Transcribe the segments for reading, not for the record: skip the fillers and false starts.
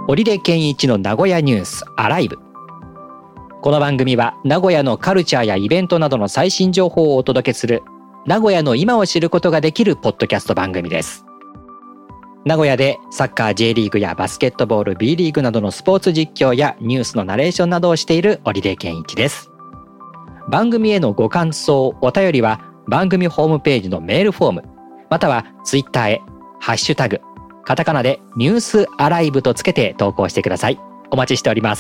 織出健一の名古屋ニュースアライブ。この番組は名古屋のカルチャーやイベントなどの最新情報をお届けする名古屋の今を知ることができるポッドキャスト番組です。名古屋でサッカー J リーグやバスケットボール B リーグなどのスポーツ実況やニュースのナレーションなどをしている織出健一です。番組へのご感想お便りは番組ホームページのメールフォームまたはツイッターへハッシュタグカタカナでニュースアライブとつけて投稿してください。お待ちしております。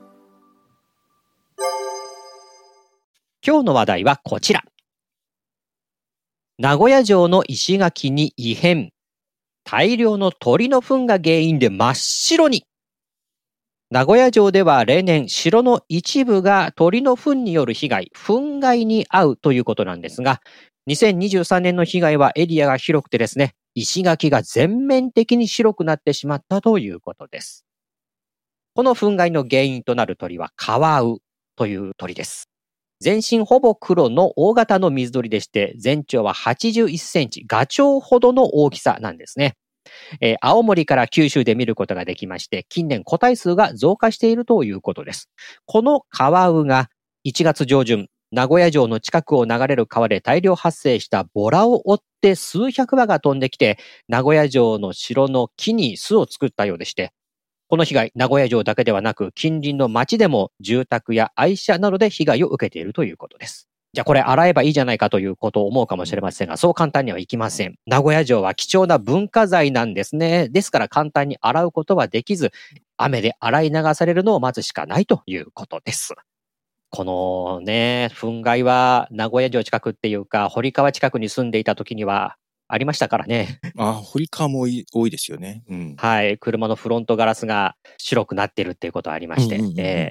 今日の話題はこちら。名古屋城の石垣に異変。大量の鳥の糞が原因で真っ白に。名古屋城では例年城の一部が鳥の糞による被害、糞害に遭うということなんですが、2023年の被害はエリアが広くてですね、石垣が全面的に白くなってしまったということです。この糞害の原因となる鳥はカワウという鳥です。全身ほぼ黒の大型の水鳥でして、全長は81センチ、ガチョウほどの大きさなんですね。青森から九州で見ることができまして、近年個体数が増加しているということです。このカワウが1月上旬、名古屋城の近くを流れる川で大量発生したボラを追って数百羽が飛んできて、名古屋城の城の木に巣を作ったようでして、この被害、名古屋城だけではなく、近隣の町でも住宅や愛車などで被害を受けているということです。じゃあこれ洗えばいいじゃないかということを思うかもしれませんが、そう簡単にはいきません。名古屋城は貴重な文化財なんですね。ですから簡単に洗うことはできず、雨で洗い流されるのを待つしかないということです。このね、糞害は名古屋城近くっていうか、堀川近くに住んでいた時にはありましたからね。 堀川も多いですよね。 はい。車のフロントガラスが白くなってるっていうことがありまして。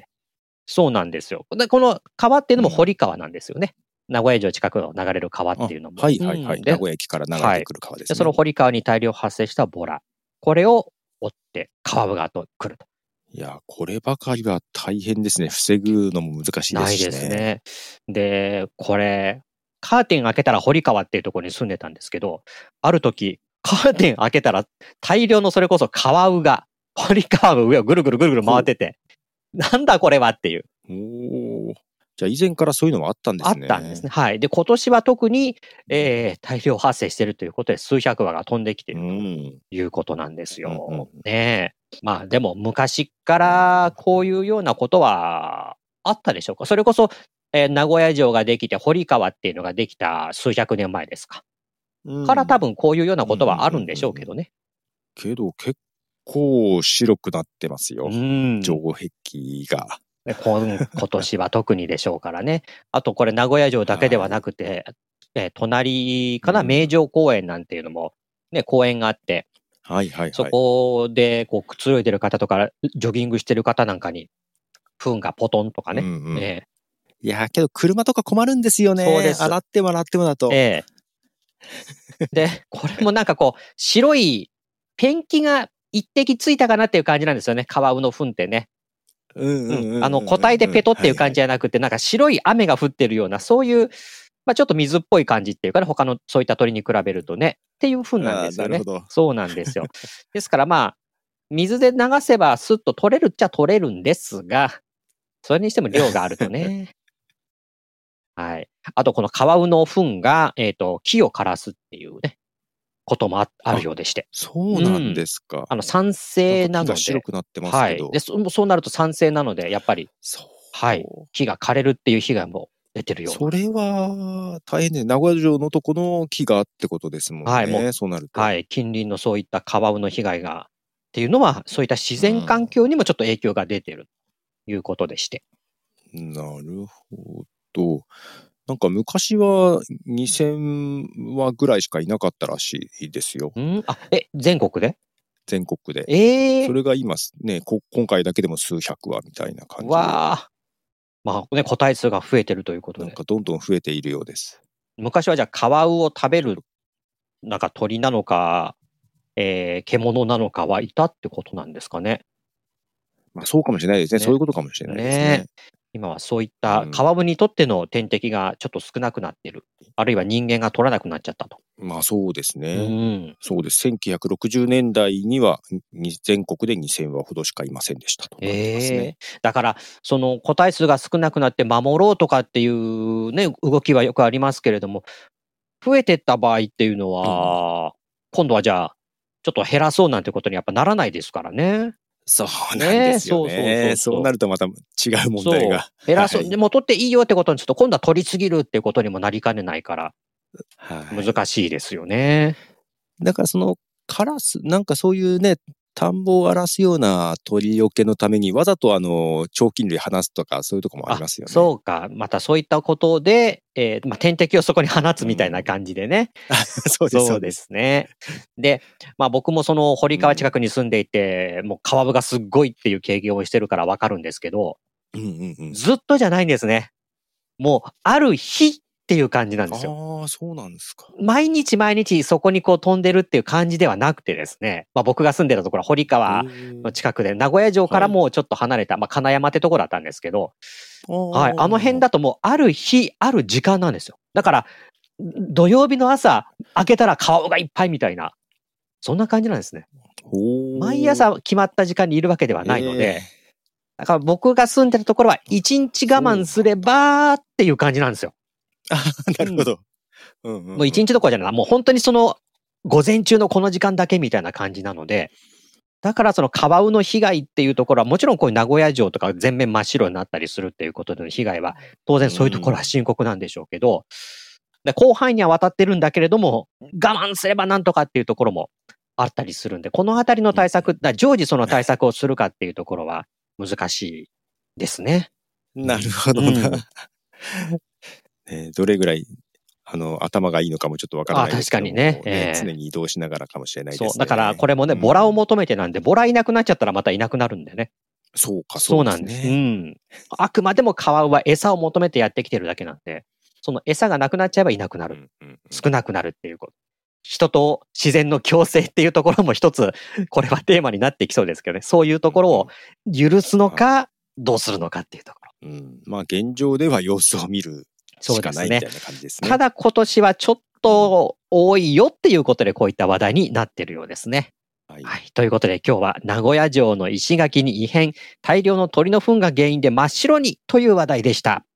そうなんですよ。で、この川っていうのも堀川なんですよね。名古屋城近くを流れる川っていうのも。 はい。名古屋駅から流れてくる川ですね。 でその堀川に大量発生したボラ。これを追ってカワウがと来ると。 いや、こればかりは大変ですね。防ぐのも難しいですしね。 ないですね。で、これ、カーテン開けたら堀川っていうところに住んでたんですけど、ある時、カーテン開けたら大量のそれこそカワウが、堀川の上をぐるぐるぐるぐる回ってて、なんだこれはっていう。 じゃあ以前からそういうのもあったんですね。 あったんですね。はい。で、今年は特に、大量発生しているということで、数百羽が飛んできているということなんですよ。ねえ。まあでも昔からこういうようなことはあったでしょうか。それこそ、名古屋城ができて堀川っていうのができた数百年前ですか。から多分こういうようなことはあるんでしょうけどね。 けど結構白くなってますよ。城壁が。 今年は特にでしょうからね。あとこれ名古屋城だけではなくて、隣かな、名城公園なんていうのもね、公園があって、そこでこうくつろいでる方とか、ジョギングしてる方なんかに、糞がポトンとかね。 いやけど車とか困るんですよね。 そうです。 洗ってもだと。 で、これもなんかこう、白いペンキが一滴ついたかなっていう感じなんですよね。カワウの糞ってね。固体でペトっていう感じじゃなくて、なんか白い雨が降ってるような、そういう、まあちょっと水っぽい感じっていうかね、他のそういった鳥に比べるとね、っていう風なんですよね。そうなんですよ。ですからまあ、水で流せばスッと取れるっちゃ取れるんですが、それにしても量があるとね。はい。あとこのカワウの糞が、木を枯らすっていうね、こともあるようでして。 そうなんですか。 酸性なので。 白くなってますけど。 で、そうなると酸性なので、やっぱり、木が枯れるっていう被害も出てるような。 それは、大変ね。名古屋城のとこの木がってことですもんね。そうなると。 近隣のそういったカワウの被害が、っていうのは、そういった自然環境にもちょっと影響が出てるということでして。 なるほど。なんか昔は2000羽ぐらいしかいなかったらしいですよ。 全国で？ 全国で。それが今ね、今回だけでも数百羽みたいな感じで。 まあね、個体数が増えてるということで。 なんかどんどん増えているようです。 昔はじゃあカワウを食べる、なんか鳥なのか、獣なのかはいたってことなんですかね。 まあそうかもしれないですね。そういうことかもしれないですね。 今はそういったカワウにとっての天敵がちょっと少なくなっている。あるいは人間が取らなくなっちゃったと。 まあそうですうね。 ん。 そうです。1960年代には全国で2000羽ほどしかいませんでしたとなってますね。 だから、その個体数が少なくなって守ろうとかっていうね、動きはよくありますけれども、増えてった場合っていうのは、今度はじゃあ、ちょっと減らそうなんてことにやっぱならないですからね。 そうなんですよね。そうなるとまた違う問題が。 減らそう。でも取っていいよってことにちょっと今度は取りすぎるってことにもなりかねないから、難しいですよね。 だからそのカラス、なんかそういうね、田んぼを荒らすような鳥よけのためにわざと鳥菌類放すとかそういうとこもありますよね。 そうか。またそういったことで、天敵をそこに放つみたいな感じでね。そうですね。で、僕もその堀川近くに住んでいて、もうカワウがすっごいっていう経験をしてるからわかるんですけど、ずっとじゃないんですね。もうある日っていう感じなんですよ。 ああ、そうなんですか。 毎日毎日そこにこう飛んでるっていう感じではなくてですね、僕が住んでるところは堀川の近くで、名古屋城からもちょっと離れた、金山ってところだったんですけど、はい、あの辺だともうある日、ある時間なんですよ。だから、土曜日の朝、開けたらカワウがいっぱいみたいな、そんな感じなんですね。毎朝決まった時間にいるわけではないので、だから僕が住んでるところは一日我慢すればっていう感じなんですよ。 なるほど。 もう一日どころじゃない、もう本当にその午前中のこの時間だけみたいな感じなので、だからそのカワウの被害っていうところはもちろんこういう名古屋城とか全面真っ白になったりするっていうことでの被害は当然そういうところは深刻なんでしょうけど、広範囲には渡ってるんだけれども我慢すればなんとかっていうところもあったりするんで、このあたりの対策、常時その対策をするかっていうところは難しいですね。 なるほどな。どれぐらい頭がいいのかもちょっとわからないですけども、 確かにね、 常に移動しながらかもしれないですね。 そう、だからこれもね、ボラを求めてなんで、ボラいなくなっちゃったらまたいなくなるんでね。 そうか、 そうなんです。あくまでもカワウは餌を求めてやってきてるだけなんで、その餌がなくなっちゃえばいなくなる。少なくなるっていうこと。人と自然の共生っていうところも一つ、これはテーマになってきそうですけどね。そういうところを許すのか、どうするのかっていうところ。 現状では様子を見るしかないみたいな感じですね。 ただ今年はちょっと多いよっていうことでこういった話題になってるようですね。はい。ということで今日は名古屋城の石垣に異変、大量の鳥の糞が原因で真っ白にという話題でした。